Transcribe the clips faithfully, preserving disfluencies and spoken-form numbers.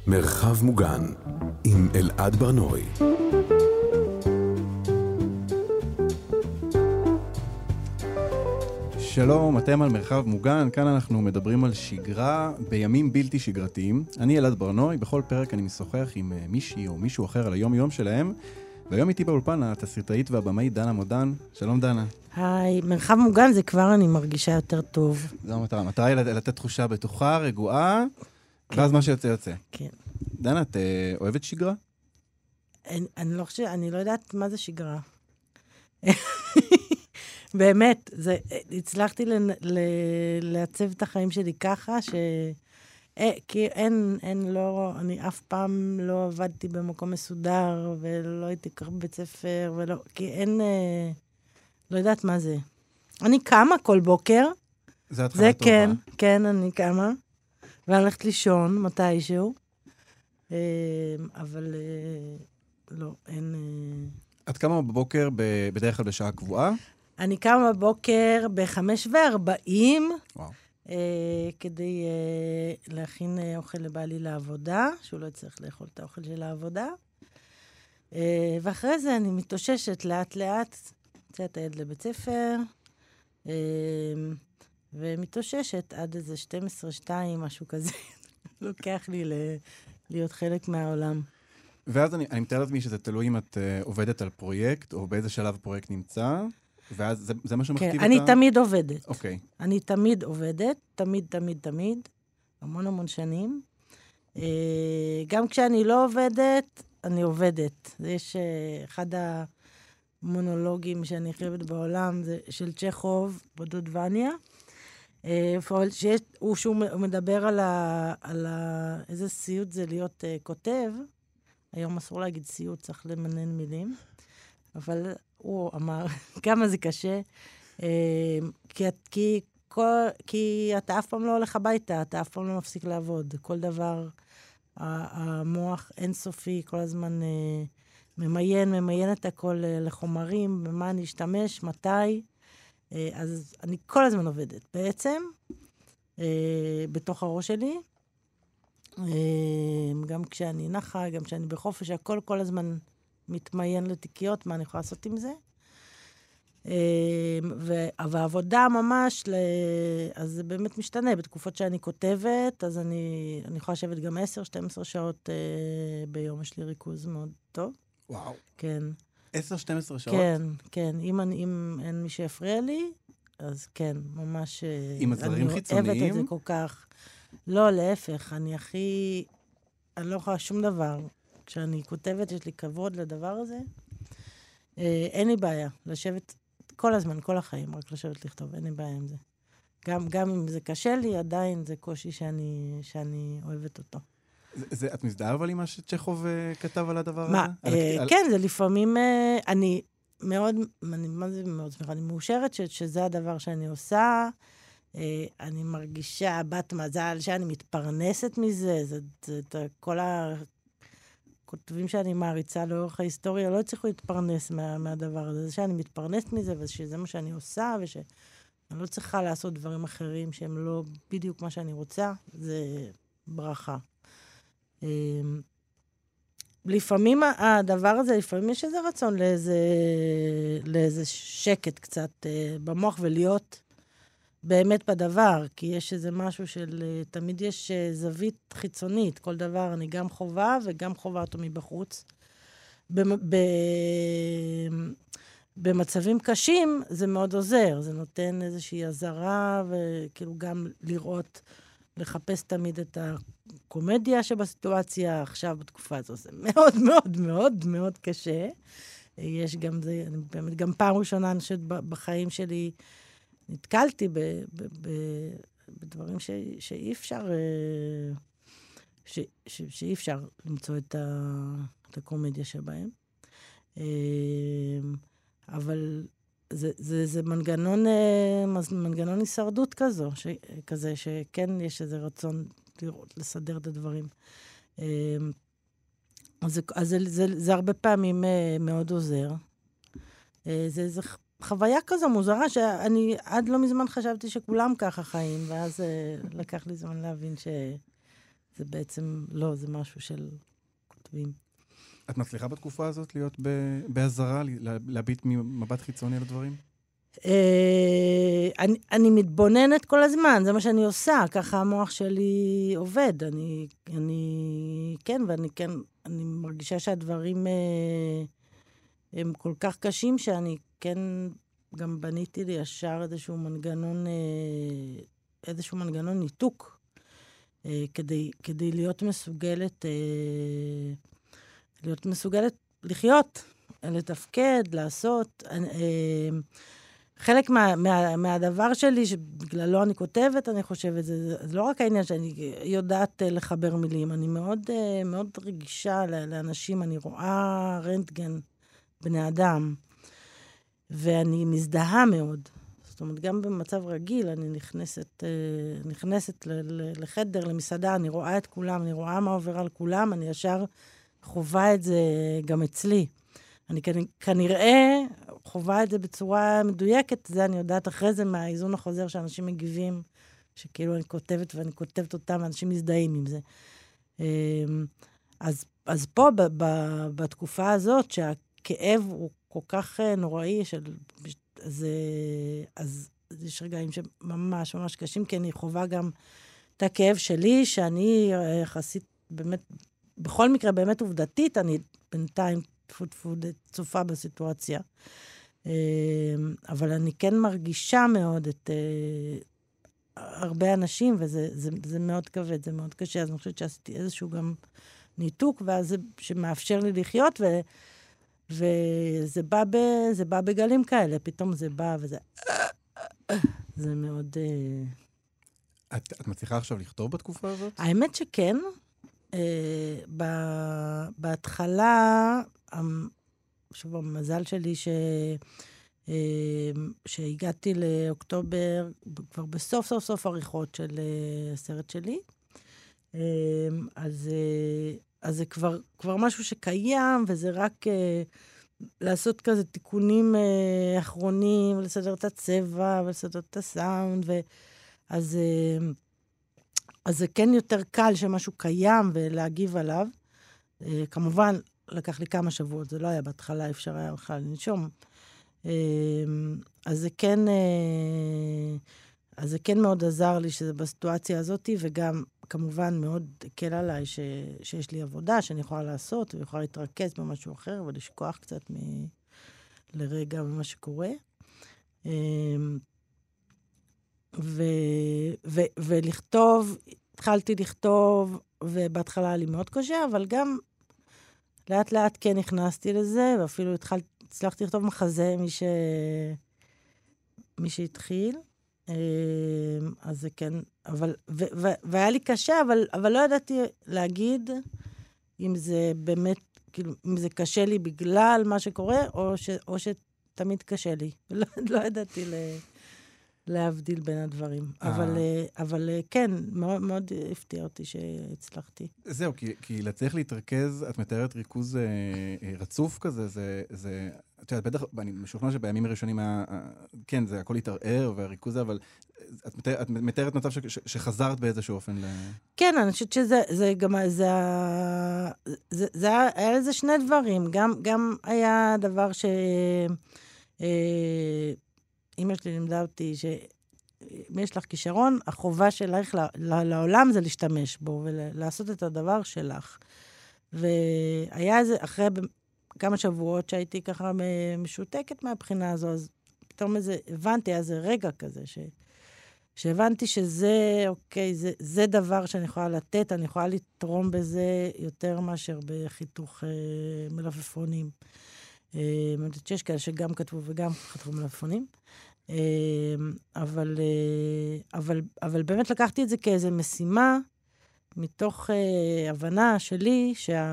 מרחב מוגן עם אלעד ברנועי. שלום, אתם על מרחב מוגן, כאן אנחנו מדברים על שגרה בימים בלתי שגרתיים. אני אלעד ברנועי, בכל פרק אני משוחח עם מישהי או מישהו אחר על היום-יום שלהם, והיום איתי באולפן התסריטאית והבמאית דנה מודן. שלום דנה. היי, מרחב מוגן זה כבר אני מרגישה יותר טוב. זו המטרה, המטרה היא לתת תחושה בטוחה, רגועה, כן. ואז מה שיוצא יוצא. כן. דנה, את אוהבת שגרה? אני, אני לא חושבת, אני לא יודעת מה זה שגרה. באמת, זה, הצלחתי ל, ל, לעצב את החיים שלי ככה, ש... אה, כי אין, אין, לא, אני אף פעם לא עבדתי במקום מסודר, ולא הייתי כך בבית ספר, ולא, כי אין, אה, לא יודעת מה זה. אני קמה כל בוקר. זה התחלה זה טובה. כן, כן, אני קמה, ואני הולכת לישון מתישהו, אה, אבל אה, לא, אין... אה... את קמה בבוקר ב- בדרך כלל בשעה קבועה? אני קמה בבוקר בחמש וארבעים, וואו. אה, כדי אה, להכין אה, אוכל לבעלי לעבודה, שהוא לא יצטרך לאכול את האוכל של העבודה. אה, ואחרי זה אני מתאוששת לאט-לאט, יוצאת את הילד לבית ספר, אה, ומתאוששת עד איזה שתים עשרה שתיים, משהו כזה. לוקח לי ל- להיות חלק מהעולם. ואז אני, אני מתאר לעצמי שזה תלוי אם את uh, עובדת על פרויקט, או באיזה שלב הפרויקט נמצא, ואז זה, זה מה שמכתיב כן, את ה... אני תמיד עובדת. אוקיי. אני תמיד עובדת, תמיד, תמיד, תמיד, המון המון שנים. אה, גם כשאני לא עובדת, אני עובדת. יש אה, אחד המונולוגים שאני חייבת בעולם, זה של צ'כוב, בודוד וניה, אה, שיש, הוא שהוא מדבר על, ה, על ה, איזה סיוט זה להיות אה, כותב. היום אסור להגיד סיוט, צריך למנן מילים. אבל הוא אמר, כמה זה קשה, אה, כי, כי, כל, כי אתה אף פעם לא הולך הביתה, אתה אף פעם לא מפסיק לעבוד. כל דבר, המוח אינסופי, כל הזמן אה, ממיין, ממיין את הכל אה, לחומרים, במה אני אשתמש, מתי. אה, אז אני כל הזמן עובדת. בעצם, אה, בתוך הראש שלי, אה, גם כשאני נחה, גם כשאני בחופש, הכל כל הזמן מתמיין לתיקיות, מה אני יכולה לעשות עם זה. והעבודה ממש, אז זה באמת משתנה. בתקופות שאני כותבת, אז אני, אני יכולה לשבת גם עשר שתים עשרה שעות ביום, יש לי ריכוז מאוד טוב. וואו. כן. עשר שתים עשרה שעות? כן, כן. אם, אני, אם אין מי שיפריע לי, אז כן, ממש... עם הדברים חיצוניים? אני אוהבת את זה כל כך. לא, להפך, אני הכי... אני לא יכולה שום דבר. כשאני כותבת, יש לי כבוד לדבר הזה. אה, אין לי בעיה לשבת כל הזמן, כל החיים, רק לשבת לכתוב, אין לי בעיה עם זה. גם, גם אם זה קשה לי, עדיין זה קושי שאני, שאני אוהבת אותו. זה, זה, את מזדהה אבל עם מה שצ'כוב uh, כתב על הדבר מה, הזה? אה, על... כן, זה לפעמים, אה, אני מאוד, אני, מה זה מאוד שמחה, אני מאושרת ש, שזה הדבר שאני עושה, אה, אני מרגישה בת מזל שאני מתפרנסת מזה, זה, זה, זה כל ה... כותבים שאני מעריצה לאורך ההיסטוריה, לא הצליחו להתפרנס מה, מהדבר הזה. זה שאני מתפרנסת מזה, ושזה מה שאני עושה, ושאני לא צריכה לעשות דברים אחרים שהם לא בדיוק מה שאני רוצה, זה ברכה. לפעמים הדבר הזה, לפעמים יש איזה רצון לאיזה, לאיזה שקט קצת במוח, ולהיות באמת בדבר, כי יש איזה משהו של, תמיד יש זווית חיצונית, כל דבר אני גם חובה וגם חובה אותו מבחוץ. ב- ב- במצבים קשים זה מאוד עוזר, זה נותן איזושהי עזרה, וכאילו גם לראות, לחפש תמיד את הקומדיה שבסיטואציה, עכשיו בתקופה הזו זה מאוד מאוד מאוד מאוד קשה. יש גם זה, אני באמת גם פעם ראשונה, אני חושבת בחיים שלי, נתקלתי ב, ב, ב, בדברים ש, שאי אפשר, ש, ש, שאי אפשר למצוא את, ה, את הקומדיה שבהם. אבל זה, זה, זה מנגנון, מנגנון הישרדות כזו, ש, כזה, שכן יש איזה רצון לראות, לסדר את הדברים. אז, אז זה, זה, זה הרבה פעמים מאוד עוזר. זה, זה חוויה כזו מוזרה, שאני עד לא מזמן חשבתי שכולם ככה חיים, ואז לקח לי זמן להבין זה בעצם לא, זה משהו של כותבים. את מצליחה בתקופה הזאת להיות בהזרה, להביט ממבט חיצוני על הדברים? אני, אני מתבוננת כל הזמן, זה מה שאני עושה, ככה המוח שלי עובד. אני, אני, כן, ואני כן, אני מרגישה שהדברים הם כל כך קשים, שאני כן גם בניתי לי ישר איזשהו מנגנון, איזשהו מנגנון ניתוק, כדי, כדי להיות מסוגלת, להיות מסוגלת לחיות, לתפקד, לעשות. חלק מה, מה, מהדבר שלי, שבגללו אני כותבת, אני חושבת, זה, זה לא רק העניין שאני יודעת לחבר מילים, אני מאוד, מאוד רגישה לאנשים, אני רואה רנטגן בני אדם, ואני מזדהה מאוד. זאת אומרת, גם במצב רגיל, אני נכנסת, נכנסת לחדר, למסעדה, אני רואה את כולם, אני רואה מה עובר על כולם, אני ישר חובה את זה גם אצלי. אני כנראה חובה את זה בצורה מדויקת, זה אני יודעת אחרי זה מהאיזון החוזר שאנשים מגיבים, שכאילו אני כותבת ואני כותבת אותם, ואנשים מזדהים עם זה. אז, אז פה, ב, ב, בתקופה הזאת, שהכאב הוא כל כך נוראי, של, אז, אז יש רגעים שממש ממש קשים, כי אני חובה גם את הכאב שלי, שאני יחסית באמת, בכל מקרה באמת עובדתית, אני בינתיים טפו טפו צופה בסיטואציה. אבל אני כן מרגישה מאוד את הרבה אנשים, וזה זה, זה מאוד כבד, זה מאוד קשה, אז אני חושבת שעשיתי איזשהו גם ניתוק, ואז זה שמאפשר לי לחיות, ו, וזה בא, ב, זה בא בגלים כאלה, פתאום זה בא, וזה זה מאוד... את, את מצליחה עכשיו לכתוב בתקופה הזאת? האמת שכן. בהתחלה, שוב, המזל שלי ש... שהגעתי לאוקטובר, כבר בסוף סוף סוף עריכות של הסרט שלי. אז, אז זה כבר, כבר משהו שקיים, וזה רק לעשות כזה תיקונים אחרונים, ולסדר את הצבע, ולסדר את הסאונד, ואז... אז זה כן יותר קל שמשהו קיים ולהגיב עליו. כמובן, לקח לי כמה שבועות, זה לא היה בהתחלה, אפשר היה בכלל לנשום. אז זה כן, אז זה כן מאוד עזר לי שזה בסיטואציה הזאת, וגם כמובן מאוד הקל עליי ש, שיש לי עבודה שאני יכולה לעשות, ויכולה להתרכז במשהו אחר, ולשכוח קצת מ, לרגע במה שקורה. ו, ו, ולכתוב, התחלתי לכתוב, ובהתחלה היה לי מאוד קשה, אבל גם לאט לאט כן נכנסתי לזה, ואפילו התחל, הצלחתי לכתוב מחזה מי, ש, מי שהתחיל. אז זה כן, אבל, ו, ו, והיה לי קשה, אבל, אבל לא ידעתי להגיד אם זה באמת, כאילו, אם זה קשה לי בגלל מה שקורה, או, ש, או שתמיד קשה לי. לא, לא ידעתי ל... להבדיל בין הדברים. אבל, אבל כן, מאוד, מאוד הפתיע אותי שהצלחתי. זהו, כי, כי לצליח להתרכז, את מתארת ריכוז רצוף כזה, זה, זה, את יודעת, בטח, אני משוכנע שבימים הראשונים, כן, זה הכל התערער והריכוז זה, אבל את מתארת, את מתארת מצב ש, ש, שחזרת באיזשהו אופן ל... כן, אני חושבת שזה, זה גם, זה, זה, זה היה לזה שני דברים. גם, גם היה דבר ש... אמא שלי לימדה אותי שאם יש לך כישרון, החובה שלך לעולם זה להשתמש בו, ולעשות את הדבר שלך. והיה איזה, אחרי כמה שבועות שהייתי ככה משותקת מהבחינה הזו, אז פתאום איזה, הבנתי איזה רגע כזה, ש, שהבנתי שזה, אוקיי, זה, זה דבר שאני יכולה לתת, אני יכולה לתרום בזה יותר מאשר בחיתוך אה, מלפפונים. אני יודעת שיש כאלה שגם כתבו וגם כתבו מלפפונים. אבל, אבל, אבל באמת לקחתי את זה כאיזו משימה, מתוך הבנה שלי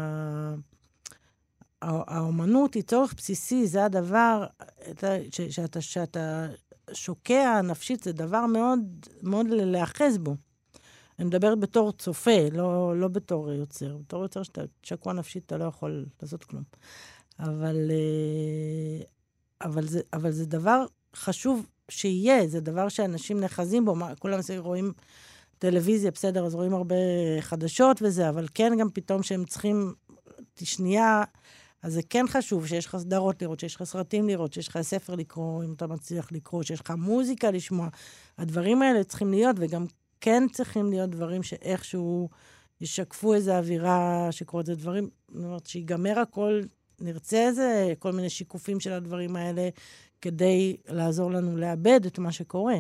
שהאומנות היא צורך בסיסי, זה הדבר, שאתה, שאתה שוקע נפשית, זה דבר מאוד, מאוד להאחז בו. אני מדברת בתור צופה, לא, לא בתור יוצר. בתור יוצר שאתה שקוע נפשית, אתה לא יכול לעשות כלום. אבל, אבל, זה, אבל זה דבר חשוב שיהיה, זה דבר שאנשים נחזים בו, כולם רואים טלוויזיה, בסדר, אז רואים הרבה חדשות וזה, אבל כן גם פתאום שהם צריכים שנייה, אז זה כן חשוב שיש לך סדרות לראות, שיש לך סרטים לראות, שיש לך ספר לקרוא, אם אתה מצליח לקרוא, שיש לך מוזיקה לשמוע. הדברים האלה צריכים להיות, וגם כן צריכים להיות דברים שאיכשהו ישקפו איזו אווירה שקורת זה דברים, זאת אומרת, שיגמר הכל, נרצה איזה, כל מיני שיקופים של הדברים האלה, כדי לעזור לנו לאבד את מה שקורה.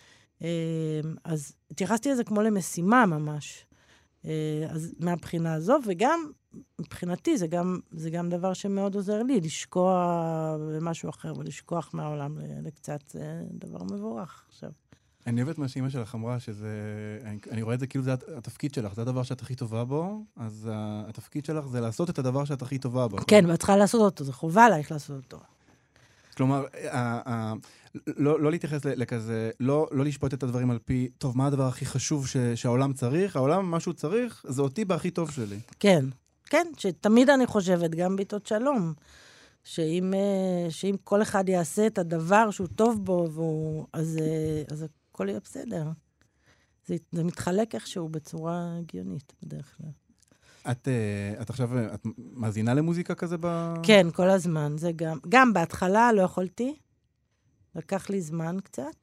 אז התייחסתי לזה כמו למשימה ממש. אז מהבחינה הזו, וגם מבחינתי זה גם, זה גם דבר שמאוד עוזר לי, לשקוע במשהו אחר ולשכוח מהעולם לקצת, זה דבר מבורך עכשיו. אני אוהבת מה שאמא שלך אמרה, שזה, אני, אני רואה את זה כאילו זה התפקיד שלך, זה הדבר שאת הכי טובה בו, אז התפקיד שלך זה לעשות את הדבר שאת הכי טובה בו. כן, ואת צריכה לעשות אותו, זה חובה עלייך לעשות אותו. כלומר, לא, לא להתייחס לכזה, לא, לא לשפוט את הדברים על פי, טוב, מה הדבר הכי חשוב ש, שהעולם צריך? העולם, מה שהוא צריך, זה אותי בהכי טוב שלי. כן, כן, שתמיד אני חושבת, גם בעיתות שלום, שאם, שאם כל אחד יעשה את הדבר שהוא טוב בו, והוא, אז, אז הכל יהיה בסדר. זה, זה מתחלק איכשהו בצורה הגיונית, בדרך כלל. את, את עכשיו, את מאזינה למוזיקה כזה ב... כן, כל הזמן. זה גם, גם בהתחלה לא יכולתי. לקח לי זמן קצת.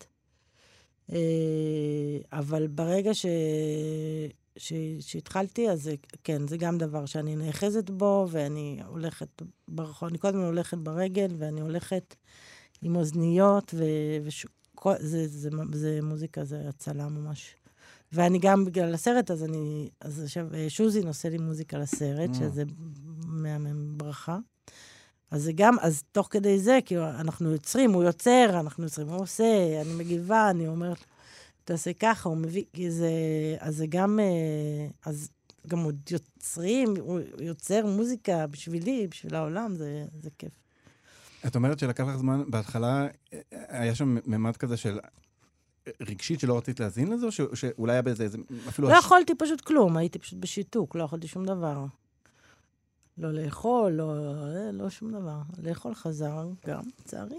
אבל ברגע ש... ש... שהתחלתי, אז זה, כן, זה גם דבר שאני נאחזת בו, ואני הולכת ברחוב, אני כל הזמן הולכת ברגל, ואני הולכת עם אוזניות, ו... וש... כל... זה, זה, זה, זה מוזיקה, זה הצלה ממש. ואני גם בגלל הסרט, אז אני, אז עכשיו, שוזי נושא לי מוזיקה לסרט, שזה מהמם ברכה. אז זה גם, אז תוך כדי זה, כי אנחנו יוצרים, הוא יוצר, אנחנו יוצרים, הוא עושה, אני מגיבה, אני אומרת, תעשה ככה, הוא מביא, זה, אז זה גם, אז גם עוד יוצרים, הוא יוצר מוזיקה בשבילי, בשביל העולם, זה, זה כיף. את אומרת שלקח לך זמן, בהתחלה היה שם ממד כזה של... רגשית שלא רצית להזין לזה, או ש... שאולי היה באיזה... אפילו לא הש... יכולתי פשוט כלום, הייתי פשוט בשיתוק, לא יכולתי שום דבר. לא לאכול, לא, לא שום דבר. לאכול חזר גם, צערי.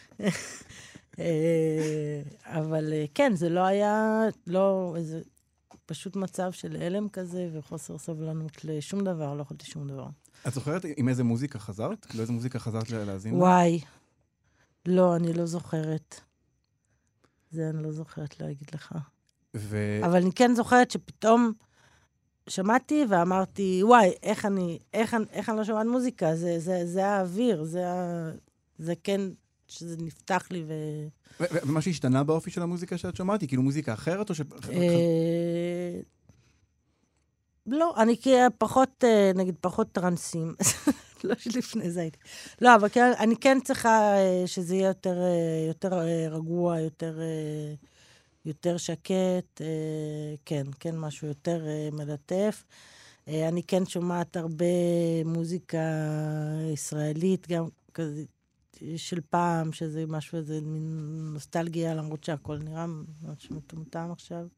אבל כן, זה לא היה, לא, איזה פשוט מצב של אלם כזה, וחוסר סבלנות לשום דבר, לא יכולתי שום דבר. את זוכרת עם איזה מוזיקה חזרת? כאילו איזה מוזיקה חזרת להזין? וואי, לא, אני לא זוכרת. זה אני לא זוכרת להגיד לך. ו... אבל אני כן זוכרת שפתאום שמעתי ואמרתי, וואי, איך אני, איך, איך אני לא שומעת מוזיקה? זה, זה, זה האוויר, זה, ה... זה כן, שזה נפתח לי ו... ו... ומה שהשתנה באופי של המוזיקה שאת שומעת, היא כאילו מוזיקה אחרת או ש... אה... לא, אני כאילו פחות, נגיד, פחות טרנסים. לא שלפני זה הייתי. לא, אבל כן, אני כן צריכה שזה יהיה יותר, יותר רגוע, יותר, יותר שקט, כן, כן, משהו יותר מלטף. אני כן שומעת הרבה מוזיקה ישראלית, גם כזה של פעם, שזה משהו, איזה מין נוסטלגיה, למרות שהכל נראה משהו מטומטם עכשיו.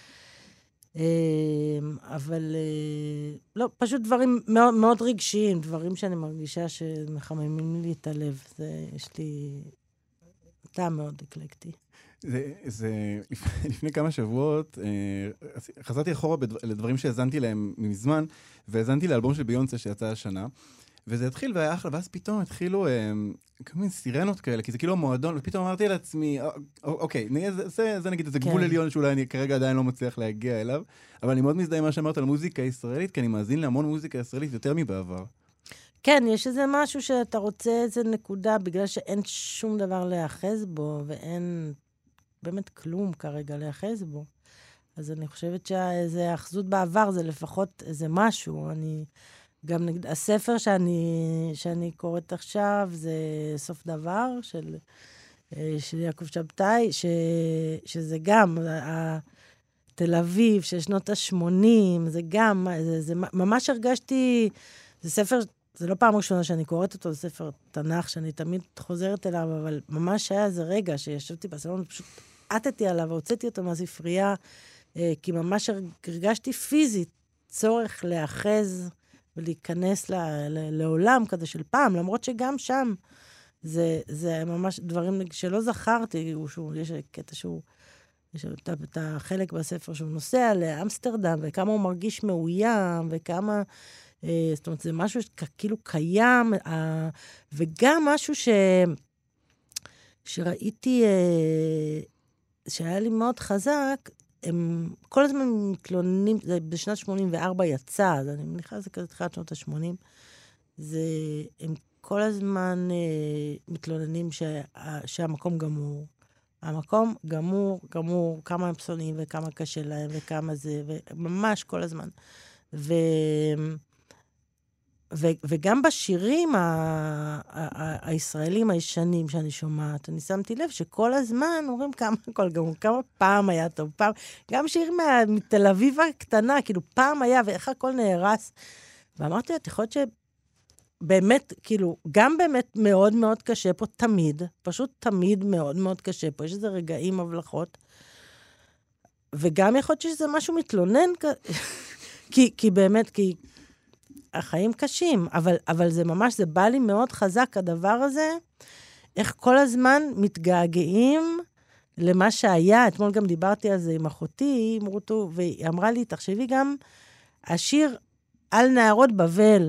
אבל לא, פשוט דברים מאוד, מאוד רגשיים, דברים שאני מרגישה שמחממים לי את הלב. זה, יש לי טעם מאוד אקלקטי. זה, זה, לפני כמה שבועות, חזרתי אחורה לדברים שהזנתי להם מזמן, והזנתי לאלבום של ביונסה שיצא השנה, וזה התחיל והיה אחלה, ואז פתאום התחילו כל מיני סירנות כאלה, כי זה כאילו מועדון, ופתאום אמרתי לעצמי, אוקיי, זה, זה, זה נגיד איזה גבול עליון שאולי אני כרגע עדיין לא מצליח להגיע אליו, אבל אני מאוד מזדהה מה שאמרת על מוזיקה ישראלית, כי אני מאזין להמון מוזיקה ישראלית יותר מבעבר. כן, יש איזה משהו שאתה רוצה איזה נקודה, בגלל שאין שום דבר להאחז בו, ואין באמת כלום כרגע להאחז בו. אז אני חושבת שאיזה האחזות בעבר זה לפחות איזה משהו, אני... גם נגד, הספר שאני, שאני קוראת עכשיו, זה סוף דבר של, של יעקב שבתאי, ש, שזה גם, תל אביב של שנות ה-שמונים, זה גם, זה, זה ממש הרגשתי, זה ספר, זה לא פעם ראשונה שאני קוראת אותו, זה ספר תנ"ך שאני תמיד חוזרת אליו, אבל ממש היה איזה רגע שישבתי בסלון, פשוט עטתי עליו, והוצאתי אותו מהספרייה, כי ממש הרגשתי פיזית צורך לאחז, ולהיכנס ל- ל- לעולם כזה של פעם, למרות שגם שם זה, זה ממש דברים שלא זכרתי, שהוא, יש קטע שהוא יש את, את החלק בספר שהוא נוסע לאמסטרדם, וכמה הוא מרגיש מאוים, וכמה... אה, זאת אומרת, זה משהו שכאילו קיים, אה, וגם משהו ש... שראיתי, אה, שהיה לי מאוד חזק, הם כל הזמן מתלוננים, זה בשנת שמונים וארבע יצא, אז אני מניחה שזה כזה תחילת שנות ה-שמונים, זה, הם כל הזמן אה, מתלוננים שה, שהמקום גמור. המקום גמור, גמור, כמה הם שונאים וכמה קשה להם וכמה זה, וממש כל הזמן. ו... ו- וגם בשירים ה- ה- ה- הישראלים הישנים שאני שומעת, אני שמתי לב שכל הזמן אומרים כמה הכל גמור, כמה פעם היה טוב, פעם, גם שיר מה- מתל אביב הקטנה, כאילו פעם היה, ואיך הכל נהרס. ואמרתי לה, יכול להיות שבאמת, כאילו, גם באמת מאוד מאוד קשה פה תמיד, פשוט תמיד מאוד מאוד קשה פה, יש איזה רגעים, הבלחות, וגם יכול להיות שזה משהו מתלונן, כי, כי באמת, כי... החיים קשים, אבל, אבל זה ממש, זה בא לי מאוד חזק, הדבר הזה, איך כל הזמן מתגעגעים למה שהיה. אתמול גם דיברתי על זה עם אחותי, עם רוטו, והיא אמרה לי, תחשבי גם, השיר על נערות בבל,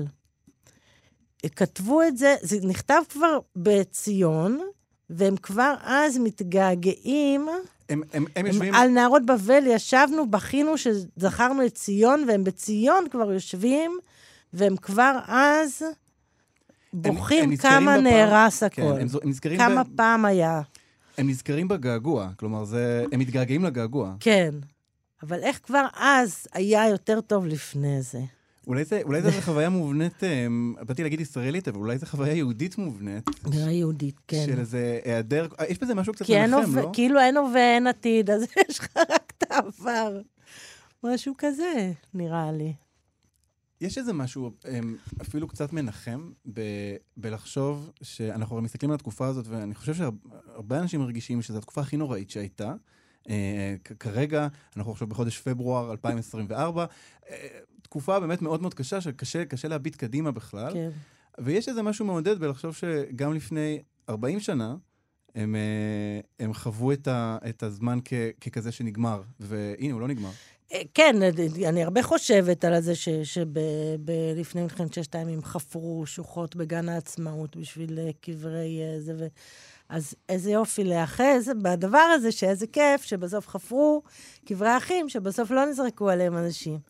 כתבו את זה, זה נכתב כבר בציון, והם כבר אז מתגעגעים, הם, הם, הם יושבים... על נערות בבל ישבנו, בכינו שזכרנו את ציון, והם בציון כבר יושבים, והם כבר אז בוכים הם, הם כמה בפעם, נהרס הכל. כן, הם, הם נזכרים כמה ב... פעם היה. הם נזכרים בגעגוע, כלומר, זה, הם מתגעגעים לגעגוע. כן, אבל איך כבר אז היה יותר טוב לפני זה? אולי זה, אולי זה חוויה מובנית, באתי להגיד ישראלית, אבל אולי זה חוויה יהודית מובנית. חוויה יהודית, כן. של איזה היעדר, יש בזה משהו קצת מנחם, לא? כאילו אין הווה ואין עתיד, אז יש לך רק את העבר. משהו כזה, נראה לי. יש איזה משהו אפילו קצת מנחם ב- בלחשוב שאנחנו מסתכלים על התקופה הזאת, ואני חושב שהרבה אנשים מרגישים שזו התקופה הכי נוראית שהייתה. כ- כרגע, אנחנו עכשיו בחודש פברואר אלפיים עשרים וארבע, תקופה באמת מאוד מאוד קשה, שקשה קשה להביט קדימה בכלל. כן. ויש איזה משהו מעודד בלחשוב שגם לפני ארבעים שנה, הם, הם חוו את, ה- את הזמן כ- ככזה שנגמר, והנה, הוא לא נגמר. כן, אני הרבה חושבת על זה שלפני מלחמת ששת הימים חפרו שוחות בגן העצמאות בשביל קברי זה, ו... אז איזה יופי לאחז בדבר הזה, שאיזה כיף שבסוף חפרו קברי אחים, שבסוף לא נזרקו עליהם אנשים.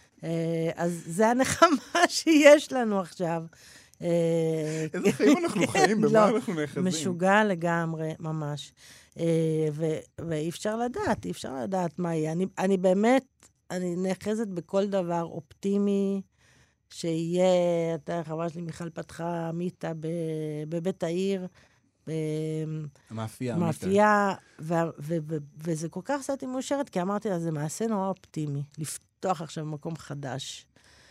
אז זה הנחמה שיש לנו עכשיו. איזה חיים אנחנו חיים? במה אנחנו נאחזים? משוגע לגמרי, ממש. ואי אפשר לדעת, אי אפשר לדעת מה יהיה. אני באמת, אני נאחזת בכל דבר אופטימי, שיהיה, אתה חברה שלי מיכל פתחה מיטה בבית העיר, המאפייה, מאפייה, וזה כל כך עשיתי מאושרת, כי אמרתי לה, זה מעשה נורא אופטימי, לפתוח עכשיו מקום חדש.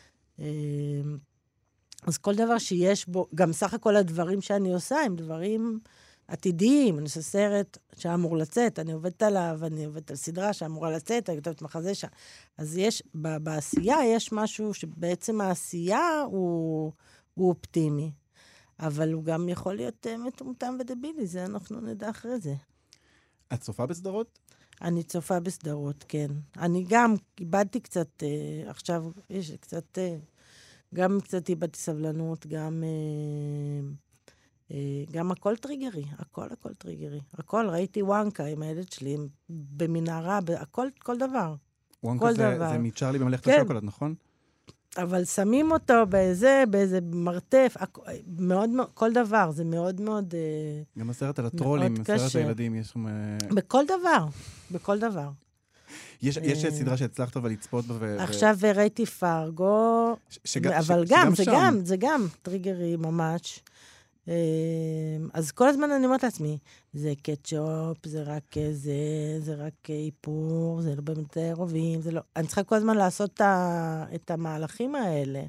אז כל דבר שיש בו, גם סך הכל הדברים שאני עושה, הם דברים עתידיים. אני עושה סרט שאמור לצאת, אני עובדת עליו, אני עובדת על סדרה שאמורה לצאת, אני כותבת מחזה שם. אז יש, בעשייה יש משהו שבעצם העשייה הוא, הוא אופטימי. אבל הוא גם יכול להיות מטומטם ודבילי, זה אנחנו נדע אחרי זה. את צופה בסדרות? אני צופה בסדרות, כן. אני גם איבדתי קצת, אה, עכשיו יש קצת, אה, גם קצת איבדתי סבלנות, גם, אה, אה, גם הכל טריגרי, הכל הכל טריגרי. הכל, ראיתי וואנקה עם הילד שלי, במנהרה, הכל, כל דבר. וואנקה זה, זה מצ'רלי במלאכת כן. השוקולד, נכון? אבל שמים אותו באיזה, באיזה מרתף, מאוד, מאוד, כל דבר, זה מאוד מאוד גם הסרט על הטרולים, הסרט הילדים, יש שם... בכל דבר, בכל דבר. יש, יש סדרה שהצלחת אבל לצפות בה... עכשיו ראיתי פארגו, אבל גם, זה גם, זה גם טריגרי ממש. אז כל הזמן אני אומרת לעצמי, זה קטשופ, זה רק זה, זה רק איפור, זה לא באמת רובים, זה לא... אני צריכה כל הזמן לעשות את המהלכים האלה.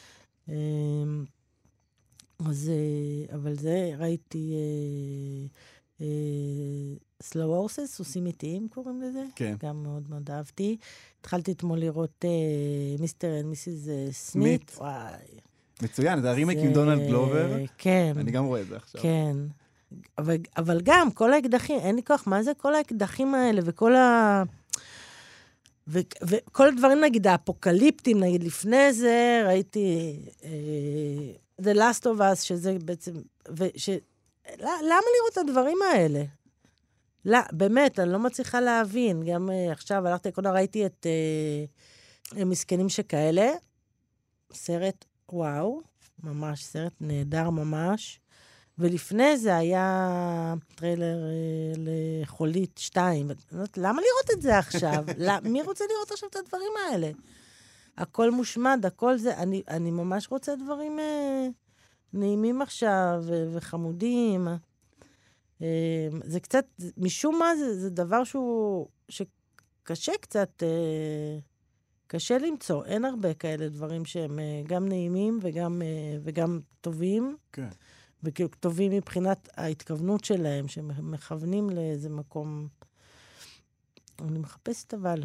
אז, אבל זה, ראיתי Slow Horses, סוסים איטיים קוראים לזה. כן. גם מאוד מאוד אהבתי. התחלתי אתמול לראות מיסטר אנד מיסיס סמית. וואי. מצוין, זה הרימייק עם דונלד גלובר. כן. אני גם רואה את זה עכשיו. כן. אבל, אבל גם, כל האקדחים, אין לי כוח, מה זה כל האקדחים האלה, וכל ה... ו, וכל הדברים, נגיד, האפוקליפטיים, נגיד, לפני זה, ראיתי uh, The Last of Us, שזה בעצם... וש, למה לראות את הדברים האלה? לא, באמת, אני לא מצליחה להבין. גם uh, עכשיו הלכתי, קודם ראיתי את uh, מסכנים שכאלה, סרט, וואו, ממש, סרט נהדר ממש. ולפני זה היה טריילר uh, לחולית שתיים. למה לראות את זה עכשיו? מי רוצה לראות עכשיו את הדברים האלה? הכל מושמד, הכל זה. אני, אני ממש רוצה דברים uh, נעימים עכשיו ו- וחמודים. Uh, זה קצת, משום מה זה, זה דבר שהוא, שקשה קצת, uh, קשה למצוא. אין הרבה כאלה דברים שהם uh, גם נעימים וגם, uh, וגם טובים. כן. Okay. וכאילו כתובים מבחינת ההתכוונות שלהם, שמכוונים לאיזה מקום. אני מחפשת אבל.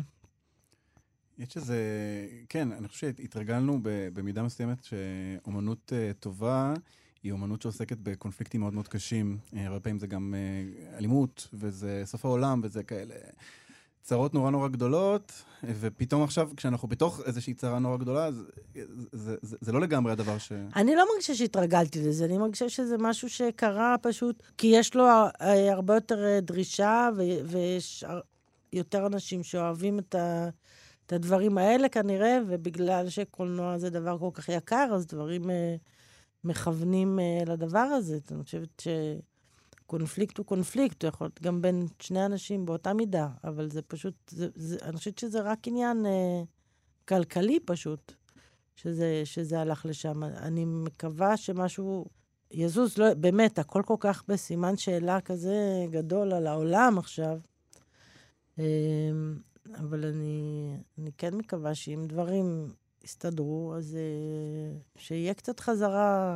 יש שזה, כן, אני חושב שהתרגלנו במידה מסוימת שאומנות טובה היא אומנות שעוסקת בקונפליקטים מאוד מאוד קשים. הרבה פעמים זה גם אלימות, וזה סוף העולם, וזה כאלה צרות נורא נורא גדולות, ופתאום עכשיו, כשאנחנו בתוך איזושהי צרה נורא גדולה, זה, זה, זה, זה לא לגמרי הדבר ש... אני לא מרגישה שהתרגלתי לזה, אני מרגישה שזה משהו שקרה פשוט, כי יש לו הרבה יותר דרישה, ו- ויש יותר אנשים שאוהבים את, ה- את הדברים האלה כנראה, ובגלל שקולנוע זה דבר כל כך יקר, אז דברים מכוונים לדבר הזה. אני חושבת ש... קונפליקט הוא קונפליקט, הוא יכול להיות גם בין שני אנשים באותה מידה, אבל זה פשוט, זה, זה, אני חושבת שזה רק עניין אה, כלכלי פשוט, שזה, שזה הלך לשם. אני מקווה שמשהו יזוז, לא, באמת, הכל כל כך בסימן שאלה כזה גדול על העולם עכשיו, אה, אבל אני, אני כן מקווה שאם דברים יסתדרו, אז אה, שיהיה קצת חזרה...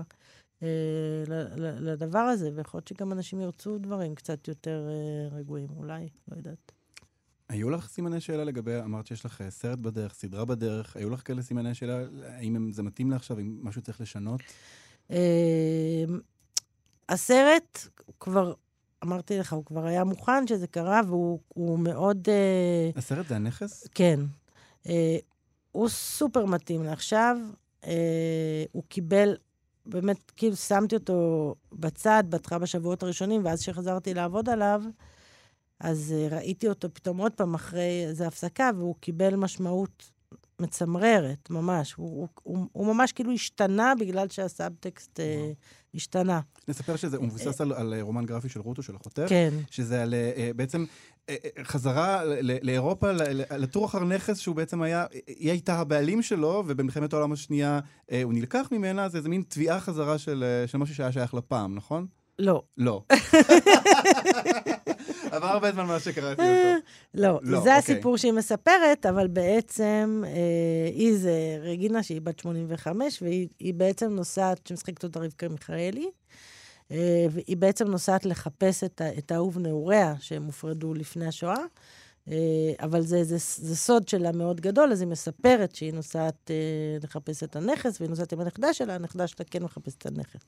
לדבר הזה, ויכול להיות שגם אנשים ירצו דברים קצת יותר רגועים, אולי, לא יודעת. היו לך סימני שאלה לגבי, אמרת שיש לך סרט בדרך, סדרה בדרך, היו לך כאלה סימני שאלה, האם זה מתאים לה עכשיו, אם משהו צריך לשנות? הסרט כבר, אמרתי לך, הוא כבר היה מוכן שזה קרה, והוא מאוד... הסרט זה הנכס? כן. הוא סופר מתאים לעכשיו, הוא קיבל... באמת, כאילו, שמתי אותו בצד, בהתחלה בשבועות הראשונים, ואז שחזרתי לעבוד עליו, אז uh, ראיתי אותו פתאום עוד פעם אחרי איזו הפסקה, והוא קיבל משמעות מצמררת, ממש. הוא, הוא, הוא, הוא ממש כאילו השתנה בגלל שהסאבטקסט uh, השתנה. נספר שזה, הוא מבוסס על, על רומן גרפי של רוטו, של החותר, כן. שזה על, uh, בעצם uh, חזרה ל- לאירופה, לטור אחר נכס שהוא בעצם היה, היא הייתה הבעלים שלו, ובמלחמת העולם השנייה uh, הוא נלקח ממנה, זה איזה מין תביעה חזרה של, uh, של משהו שהיה שייך לפעם, נכון? לא. לא. עבר הרבה זמן מה שקראתי אותו. לא, זה הסיפור שהיא מספרת, אבל בעצם היא זה רגינה שהיא בת שמונים וחמש, והיא בעצם נוסעת, שמשחקת אותה רבקה מיכאלי, והיא בעצם נוסעת לחפש את האהוב נעוריה, שהם הופרדו לפני השואה, אבל זה סוד שלה מאוד גדול, אז היא מספרת שהיא נוסעת לחפש את הנכס, והיא נוסעת עם הנכדה שלה, הנכדה שלה כן מחפש את הנכס.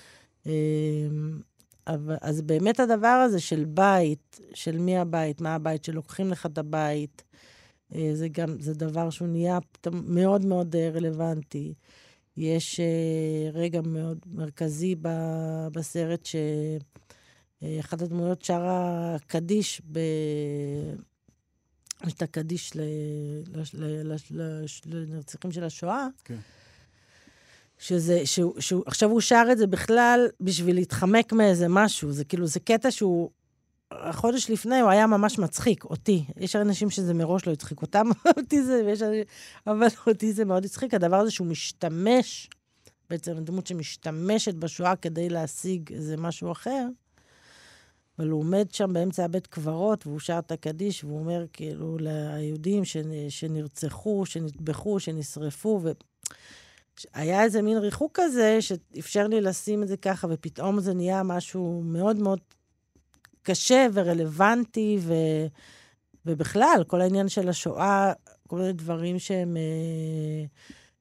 אז באמת הדבר הזה של בית, של מי הבית, מה הבית, שלוקחים לך את הבית, זה גם, זה דבר שהוא נהיה מאוד מאוד רלוונטי. יש רגע מאוד מרכזי בסרט, שאחת הדמויות שרה קדיש, יש את הקדיש לנרצחים של השואה, כן. שזה, שהוא, שהוא, עכשיו הוא שר את זה בכלל בשביל להתחמק מאיזה משהו, זה כאילו, זה קטע שהוא, החודש לפני הוא היה ממש מצחיק, אותי. יש אנשים שזה מראש לא יצחיק אותם, אותי זה, ויש, אבל אותי זה מאוד יצחיק, הדבר הזה שהוא משתמש, בעצם הדמות שמשתמשת בשואה כדי להשיג איזה משהו אחר, אבל הוא עומד שם באמצע הבית קברות, והוא שר את הקדיש, והוא אומר כאילו ליהודים שנרצחו, שנטבחו, שנשרפו, ו... היה איזה מין ריחוק כזה, שאפשר לי לשים את זה ככה, ופתאום זה נהיה משהו מאוד מאוד קשה ורלוונטי, ו... ובכלל, כל העניין של השואה, כל מיני דברים שהם,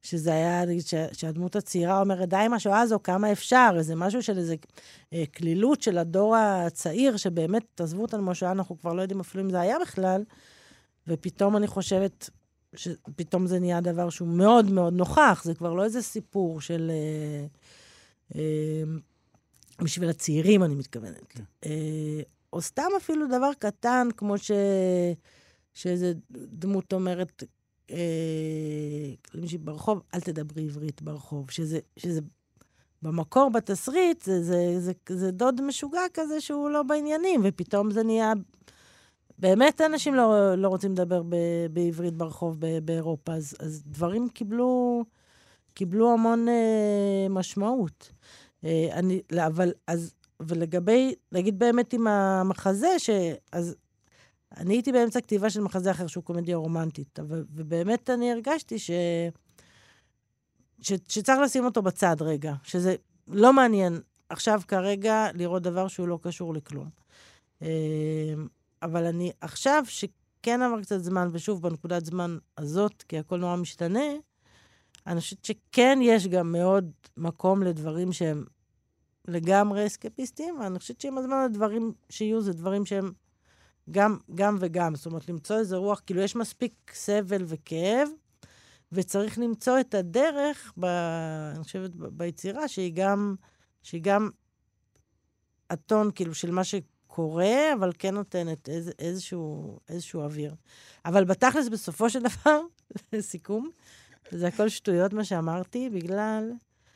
שזה היה, ש- שהדמות הצעירה אומרת, די עם השואה הזו, כמה אפשר, איזה משהו של איזה אה, כלילות של הדור הצעיר, שבאמת תעזבו אותנו מהשואה, אנחנו כבר לא יודעים אפילו אם זה היה בכלל, ופתאום אני חושבת, שפתאום זה נהיה דבר שהוא מאוד מאוד נוכח, זה כבר לא איזה סיפור של... אה, אה, בשביל הצעירים, אני מתכוונת. Okay. אה, או סתם אפילו דבר קטן, כמו ש... שאיזה דמות אומרת, אה, למישהי ברחוב, אל תדברי עברית ברחוב, שזה, שזה במקור, בתסריט, זה, זה, זה, זה דוד משוגע כזה שהוא לא בעניינים, ופתאום זה נהיה... באמת אנשים לא, לא רוצים לדבר ב, בעברית ברחוב ב, באירופה, אז, אז דברים קיבלו, קיבלו המון אה, משמעות. אה, אני, אבל, אז, ולגבי, להגיד באמת עם המחזה, ש, אז אני הייתי באמצע כתיבה של מחזה אחר שהוא קומדיה רומנטית, אבל, ובאמת אני הרגשתי ש, ש, שצריך לשים אותו בצד רגע, שזה לא מעניין עכשיו כרגע לראות דבר שהוא לא קשור לכלום. אה, אבל אני עכשיו, שכן עבר קצת זמן, ושוב, בנקודת זמן הזאת, כי הכל נורא משתנה, אני חושבת שכן יש גם מאוד מקום לדברים שהם לגמרי אסקפיסטים, ואני חושבת שעם הזמן הדברים שיהיו, זה דברים שהם גם, גם וגם. זאת אומרת, למצוא איזה רוח, כאילו יש מספיק סבל וכאב, וצריך למצוא את הדרך, ב, אני חושבת, ב, ביצירה, שהיא גם, שהיא גם הטון, כאילו, של מה ש... קורה, אבל כן נותנת איז, איזשהו, איזשהו אוויר. אבל בתכלס, בסופו של דבר, לסיכום, זה הכל שטויות מה שאמרתי, בגלל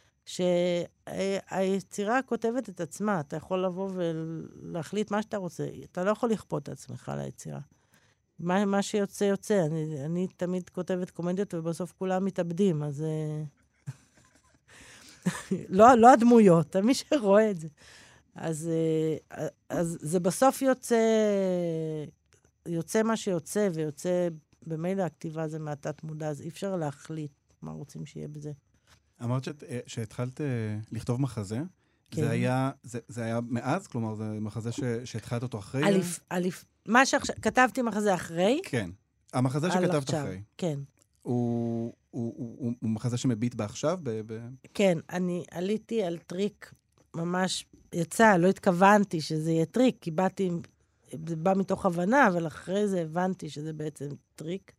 שהיצירה כותבת את עצמה. אתה יכול לבוא ולהחליט מה שאתה רוצה. אתה לא יכול לכפות את עצמך ליצירה. מה, מה שיוצא, יוצא. אני, אני תמיד כותבת קומדיות, ובסוף כולם מתאבדים, אז... לא, לא הדמויות, מי שרואה את זה. אז, אז זה בסוף יוצא, יוצא מה שיוצא, ויוצא, במילא הכתיבה זה מהתת מודע, אז אי אפשר להחליט מה רוצים שיהיה בזה. אמרת שאת, שהתחלת לכתוב מחזה, כן. זה היה, זה, זה היה מאז? כלומר, זה מחזה ש, שהתחלת אותו אחרי? אליף, אליף, מה שעכשיו, כתבתי מחזה אחרי. כן, המחזה שכתבת עכשיו, אחרי. כן. הוא, הוא, הוא, הוא, הוא מחזה שמביט בעכשיו? ב, ב... כן, אני עליתי על טריק ממש... יצא, לא התכוונתי שזה יהיה טריק, כי באתי, זה בא מתוך הבנה, אבל אחרי זה הבנתי שזה בעצם טריק.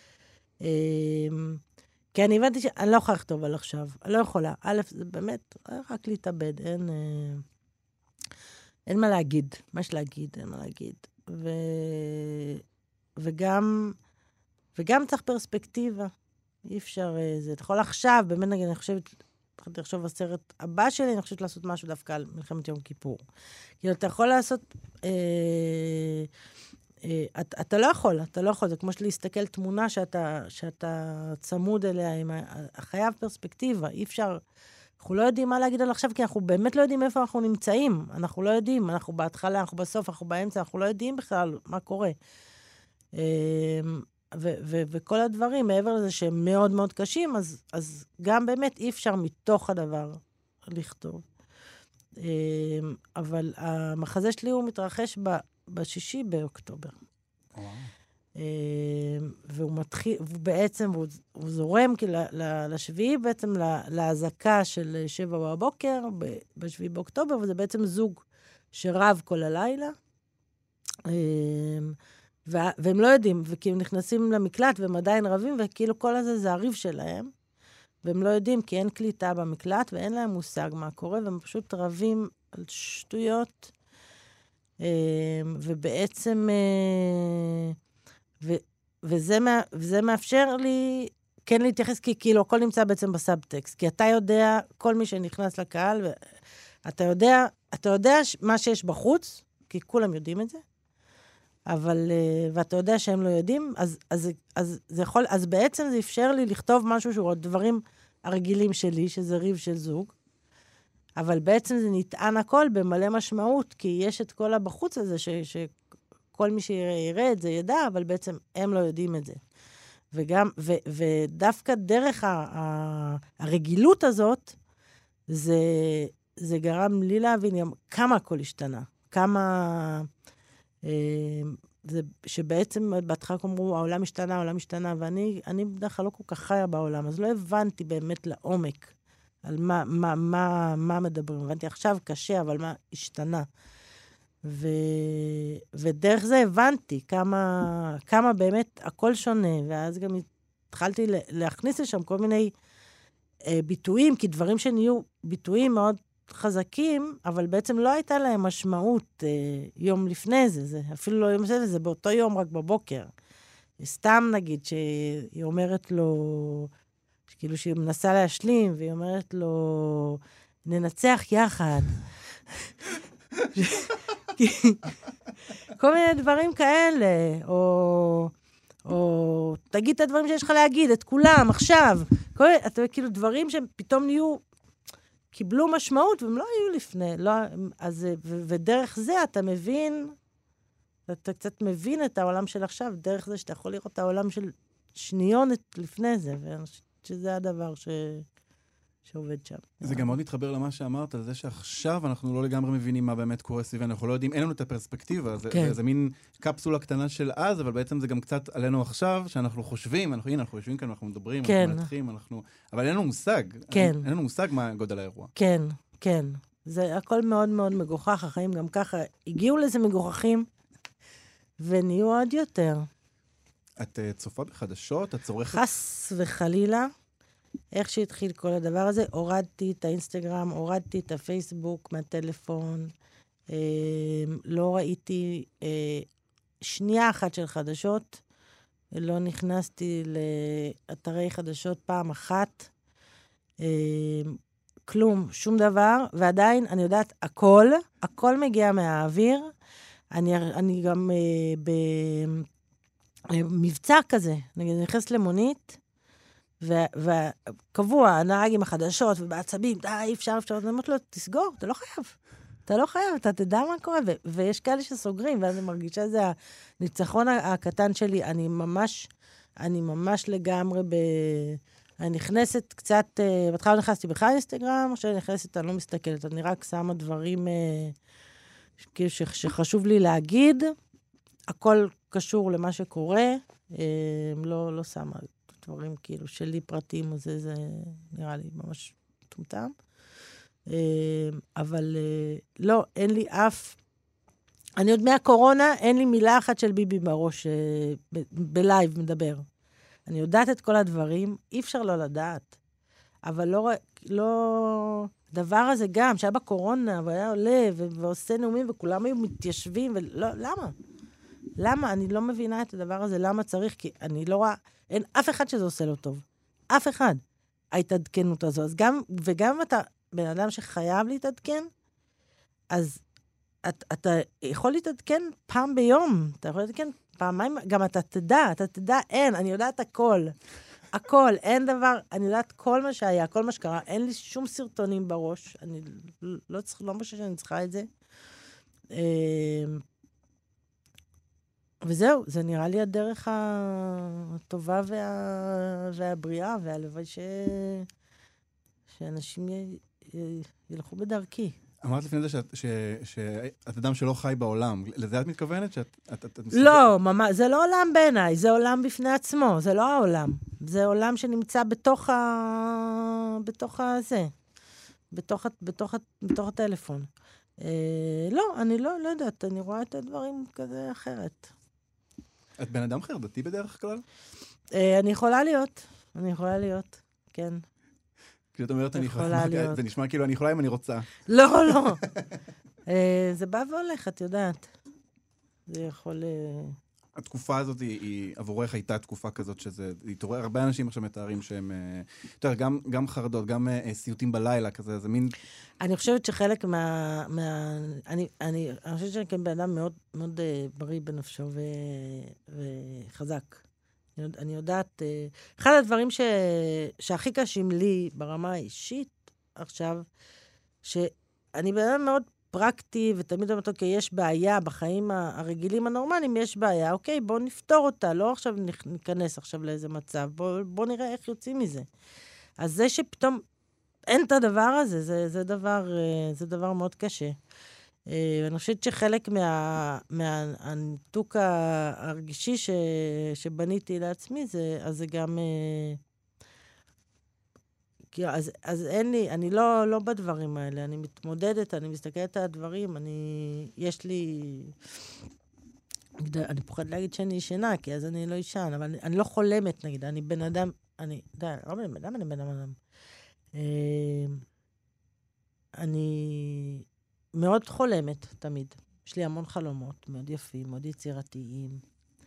כי אני הבנתי שאני לא יכולה לכתוב על עכשיו, אני לא יכולה. א', זה באמת רק להתאבד, אין, אין מה להגיד, מה יש להגיד, אין מה להגיד. ו, וגם, וגם צריך פרספקטיבה, אי אפשר, זה, אתה יכול עכשיו, באמת נגיד, אני חושבת, התחלתי לחשוב בסרט הבא שלי, אני חושבת לעשות משהו דווקא על מלחמת יום כיפור. כאילו, אתה יכול לעשות... אה, אה, אתה, אתה לא יכול, אתה לא יכול. זה כמו להסתכל תמונה שאתה, שאתה צמוד אליה, עם החייב פרספקטיבה. אי אפשר... אנחנו לא יודעים מה להגיד על עכשיו, כי אנחנו באמת לא יודעים איפה אנחנו נמצאים. אנחנו לא יודעים, אנחנו בהתחלה, אנחנו בסוף, אנחנו באמצע, אנחנו לא יודעים בכלל מה קורה. אה, ו- ו- וכל הדברים, מעבר לזה שהם מאוד מאוד קשים, אז, אז גם באמת אי אפשר מתוך הדבר לכתוב. אבל המחזה שלי הוא מתרחש ב- בשישי באוקטובר. וואו. והוא מתחיל, והוא בעצם, הוא, הוא זורם כי ל- ל- לשביעי בעצם להזעקה של שבע בבוקר, ב- בשביעי באוקטובר, וזה בעצם זוג שרב כל הלילה. והם לא יודעים, וכי הם נכנסים למקלט והם עדיין רבים, וכאילו כל הזה זה הריב שלהם, והם לא יודעים כי אין קליטה במקלט, ואין להם מושג מה קורה, והם פשוט רבים על שטויות, ובעצם, ו, וזה, וזה מאפשר לי כן להתייחס, כי כאילו הכל נמצא בעצם בסאבטקסט, כי אתה יודע, כל מי שנכנס לקהל, אתה יודע, אתה יודע מה שיש בחוץ, כי כולם יודעים את זה, אבל, ואתה יודע שהם לא יודעים, אז, אז, אז, זה יכול, אז בעצם זה אפשר לי לכתוב משהו שהוא הדברים הרגילים שלי, שזה ריב של זוג, אבל בעצם זה נטען הכל במלא משמעות, כי יש את כל הבחוץ הזה, ש, שכל מי שיראה את זה ידע, אבל בעצם הם לא יודעים את זה. וגם, ו, ודווקא דרך ה, ה, הרגילות הזאת, זה, זה גרם לי להבין כמה הכל השתנה, כמה... זה שבעצם בהתחלה אמרו, העולם השתנה, העולם השתנה, ואני אני בדרך כלל לא כל כך חיה בעולם, אז לא הבנתי באמת לעומק על מה, מה, מה, מה מדברים. הבנתי עכשיו קשה, אבל מה השתנה. ו, ודרך זה הבנתי כמה, כמה באמת הכל שונה, ואז גם התחלתי להכניס לשם כל מיני אה, ביטויים, כי דברים שנהיו ביטויים מאוד חזקים, אבל בעצם לא הייתה להם משמעות אה, יום לפני זה, זה אפילו לא יום לפני זה, זה באותו יום רק בבוקר. סתם נגיד שהיא אומרת לו, כאילו שהיא מנסה להשלים, והיא אומרת לו, ננצח יחד. כל מיני דברים כאלה, או, או תגיד את הדברים שיש לך להגיד, את כולם, עכשיו. כל, אתה כאילו דברים שפתאום נהיו, קיבלו משמעות, והם לא היו לפני. לא, אז, ו, ודרך זה אתה מבין, אתה קצת מבין את העולם של עכשיו, דרך זה שאתה יכול לראות את העולם של שניונת לפני זה, ואני חושבת שזה הדבר ש... שעובד שם. זה גם מאוד מתחבר למה שאמרת, על זה שעכשיו אנחנו לא לגמרי מבינים מה באמת קורה סביבנו, אנחנו לא יודעים, אין לנו את הפרספקטיבה, זה, כן. זה, זה מין קפסולה קטנה של אז, אבל בעצם זה גם קצת עלינו עכשיו, שאנחנו חושבים, אנחנו, הנה, אנחנו יושבים כאן, אנחנו מדברים, כן. אנחנו מנתחים, אנחנו... אבל אין לנו מושג. כן. אין, אין לנו מושג מה גודל האירוע. כן, כן. זה הכל מאוד מאוד מגוחך, החיים גם ככה. הגיעו לזה מגוחכים, ונהיו עוד יותר. את uh, צופה בחדשות? את צורכת? חס וחלילה. איך שהתחיל כל הדבר הזה, הורדתי את האינסטגרם, הורדתי את הפייסבוק מהטלפון, אה, לא ראיתי אה, שנייה אחת של חדשות, לא נכנסתי לאתרי חדשות פעם אחת, אה, כלום, שום דבר, ועדיין אני יודעת הכל, הכל מגיע מהאוויר, אני, אני גם אה, במבצע כזה, נגיד, נכנס למונית, וקבוע, הנהג עם החדשות ובעצבים, די, אי אפשר, אפשר, אני אומרת לו, תסגור, אתה לא חייב. אתה לא חייב, אתה תדע מה קורה, ו- ויש כאלה שסוגרים, ואז אני מרגישה, זה הניצחון הקטן שלי, אני ממש, אני ממש לגמרי ב... אני נכנסת קצת, בהתחלה נכנסתי בכלל אינסטגרם, עכשיו אני נכנסת, אני לא מסתכלת, אני רק שמה דברים כאילו ש- שחשוב לי להגיד, הכל קשור למה שקורה, לא, לא שמה דברים כאילו שלי פרטים, או זה, זה נראה לי ממש טומטם. אבל לא, אין לי אף... אני עוד מהקורונה, אין לי מילה אחת של ביבי בראש, ב- בלייב מדבר. אני יודעת את כל הדברים, אי אפשר לא לדעת. אבל לא... לא... הדבר הזה גם, שהיה בקורונה, והיה עולה, ו- ועושה נאומים, וכולם היו מתיישבים, ולא... למה? למה? אני לא מבינה את הדבר הזה, למה צריך? כי אני לא רואה... אין אף אחד שזה עושה לו טוב. אף אחד. ההתעדכנות הזו. אז גם... וגם אתה בן אדם שחייב להתעדכן, אז... אתה, אתה יכול להתעדכן פעם ביום, אתה יכול להתעדכן פעמיים, גם אתה תדע, אתה תדע, אין, אני יודעת הכל, הכל, אין דבר, אני יודעת כל מה שהיה, כל מה שקרה, אין לי שום סרטונים בראש, אני לא צריך, לא משהו שאני צריכה את זה. וזהו, זה נראה לי הדרך הטובה וה, והבריאה, והלוואי ש, שאנשים י, י, ילכו בדרכי. אמרת לפני זה שאת, ש, שאת אדם שלא חי בעולם. לזה את מתכוונת? שאת, את, את, את לא, ממש, זה לא עולם בעיניי, זה עולם בפני עצמו, זה לא העולם. זה עולם שנמצא בתוך ה... בתוך הזה. בתוך, בתוך, בתוך הטלפון. אה, לא, אני לא, לא יודעת, אני רואה את הדברים כזה אחרת. את בן אדם חרדתי בדרך כלל? אה, אני יכולה להיות, אני יכולה להיות, כן. כשאת אומרת, אני יכולה להיות. זה נשמע כאילו אני יכולה אם אני רוצה. לא, לא. זה בא והולך, את יודעת. זה יכול... התקופה הזאת היא, עבורך הייתה תקופה כזאת שזה, התעורר, הרבה אנשים עכשיו מתארים שהם, יותר, גם, גם חרדות, גם סיוטים בלילה, כזה, זה מין... אני חושבת שחלק מה... מה אני, אני, אני חושבת שאני כאן בן אדם מאוד, מאוד בריא בנפשו ו, וחזק. אני יודעת, אחד הדברים ש, שהכי קשים לי ברמה האישית עכשיו, שאני בן אדם מאוד פרקטי, ותמיד אומרת, אוקיי, יש בעיה בחיים הרגילים הנורמליים, יש בעיה, אוקיי, בואו נפתור אותה, לא עכשיו ניכנס עכשיו לאיזה מצב, בואו בוא נראה איך יוצאים מזה. אז זה שפתאום אין את הדבר הזה, זה, זה, דבר, זה דבר מאוד קשה. אני חושבת שחלק מהניתוק הרגישי שבניתי לעצמי, אז זה גם... אז, אז אין לי, אני לא, לא בדברים האלה, אני מתמודדת, אני מסתכלת על הדברים, אני, יש לי, אני פוחד להגיד שאני ישנה, כי אז אני לא ישן, אבל אני, אני לא חולמת, נגיד, אני בן אדם, אני, די, לא בן אדם, אני בן אדם. אני מאוד חולמת, תמיד. יש לי המון חלומות, מאוד יפים, מאוד יצירתיים.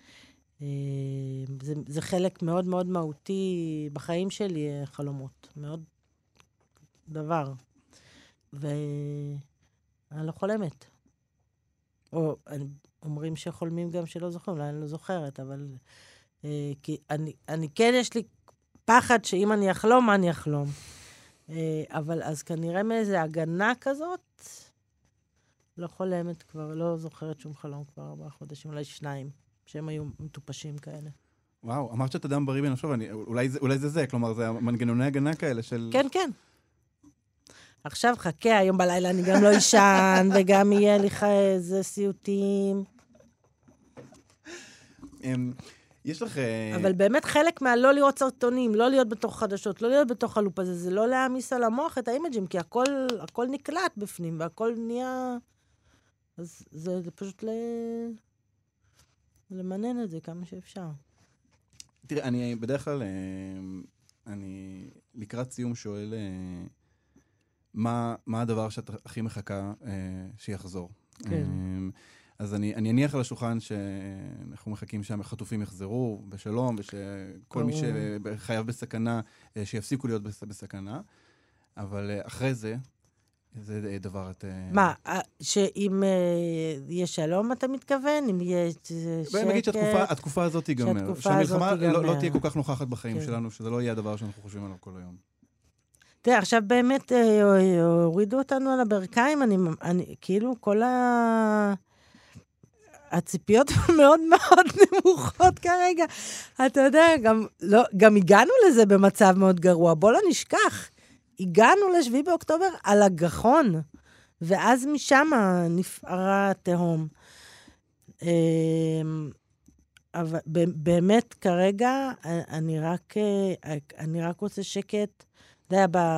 זה, זה חלק מאוד מאוד מהותי בחיים שלי, חלומות. מאוד דבר. ואני לא חולמת. או אומרים שחולמים גם שלא זוכרים, אולי אני לא זוכרת, אבל... כי אני, אני כן יש לי פחד שאם אני אחלום, מה אני אחלום. אבל אז כנראה מאיזו הגנה כזאת, לא חולמת כבר, לא זוכרת שום חלום כבר ארבעה חודשים, אולי שניים. שהם היו מטופשים כאלה. וואו, אמרת שאתה אדם בריא בנפשו, אולי זה, אולי זה זה, כלומר, זה מנגנוני הגנה כאלה של... כן, כן. עכשיו חכה, היום בלילה אני גם לא ישן, וגם יהיה לי איזה סיוטים. יש לך... אבל באמת חלק מהלא להיות סרטונים, לא להיות בתוך חדשות, לא להיות בתוך הלופ הזה, זה לא להעמיס על המוח את האימג'ים, כי הכל, הכל נקלט בפנים, והכל נהיה... אז זה, זה פשוט ל... למנן את זה כמה שאפשר. תראה, אני בדרך כלל, אני לקראת סיום שואל, מה, מה הדבר שאת הכי מחכה שיחזור? כן. אז אני, אני אניח על השולחן שאנחנו מחכים שהחטופים יחזרו בשלום, ושכל מי שחייב בסכנה, שיפסיקו להיות בסכנה. אבל אחרי זה, זה דבר את... מה, שאם יש שלום, אתה מתכוון? אם יש שקט? נגיד שהתקופה הזאת תיגמר. שהמלחמה לא תהיה כל כך נוכחת בחיים שלנו, שזה לא יהיה הדבר שאנחנו חושבים עליו כל היום. תראה, עכשיו באמת הורידו אותנו על הברכיים, אני, כאילו, כל ה... הציפיות מאוד מאוד נמוכות כרגע. אתה יודע, גם, לא, גם הגענו לזה במצב מאוד גרוע. בוא לא נשכח. הגענו לשביעי באוקטובר על הגחון, ואז משם נפערה התהום. אבל באמת כרגע, אני רק, אני רק רוצה שקט, אתה יודע, ב...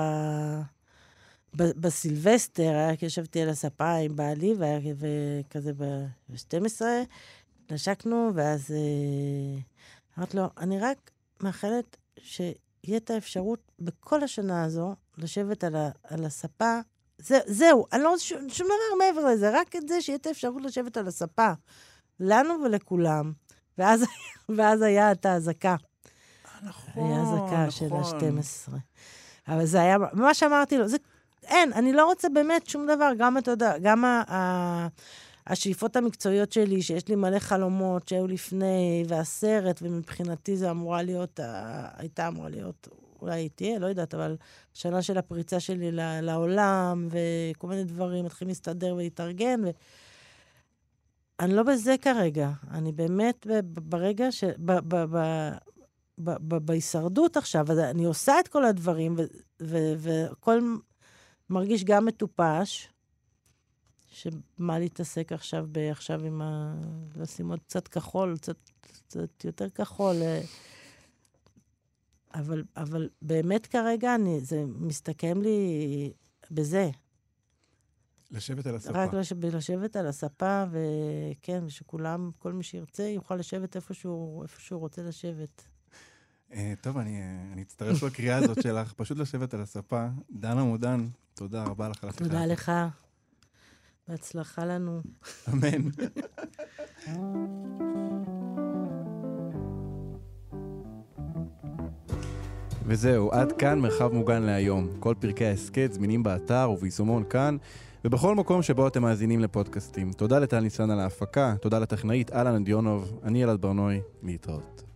בסילבסטר, היה ישבתי על הספה עם בעלי, וכזה ב-שתים עשרה, נשקנו, ואז אמרת לו, אני רק מאחלת שיהיה את האפשרות בכל השנה הזו, לשבת על, ה, על הספה, זה, זהו, אני לא רוצה שום, שום דבר מעבר לזה, רק את זה שיהיה את האפשרות לשבת על הספה, לנו ולכולם, ואז, ואז היה את ההזקה. נכון, היה הזקה נכון. של ה-שתים עשרה. אבל זה היה, מה שאמרתי לו, זה, אין, אני לא רוצה באמת שום דבר, גם אתה יודע, גם ה, ה, השאיפות המקצועיות שלי, שיש לי מלא חלומות שהיו לפני, והסרט, ומבחינתי זה אמורה להיות, הייתה אמורה להיות, אולי היא תהיה, לא יודעת, אבל שנה של הפריצה שלי לעולם, וכל מיני דברים, מתחילים להסתדר ולהתארגן, ו... אני לא בזה כרגע. אני באמת ברגע ש... ב, ב, ב, ב, ב, בהישרדות עכשיו, אז אני עושה את כל הדברים, וכל מרגיש גם מטופש, שמה להתעסק עכשיו, עכשיו עם ה... לשים עוד קצת כחול, קצת, קצת יותר כחול. אבל, אבל באמת כרגע אני, זה מסתכם לי בזה. לשבת על הספה. רק לש... לשבת על הספה, וכן, ושכולם, כל מי שירצה, יוכל לשבת איפה שהוא, איפה שהוא רוצה לשבת. טוב, אני, אני אצטרף לקריאה הזאת שלך, פשוט לשבת על הספה. דנה מודן, תודה רבה לך. תודה לך. בהצלחה לנו. אמן. וזהו, עד כאן מרחב מוגן להיום. כל פרקי העסקת זמינים באתר וביישומון כאן, ובכל מקום שבו אתם מאזינים לפודקאסטים. תודה לטל ניסן על ההפקה, תודה לטכנאית אלן דיונוב, אני אלעד ברנוי, להתראות.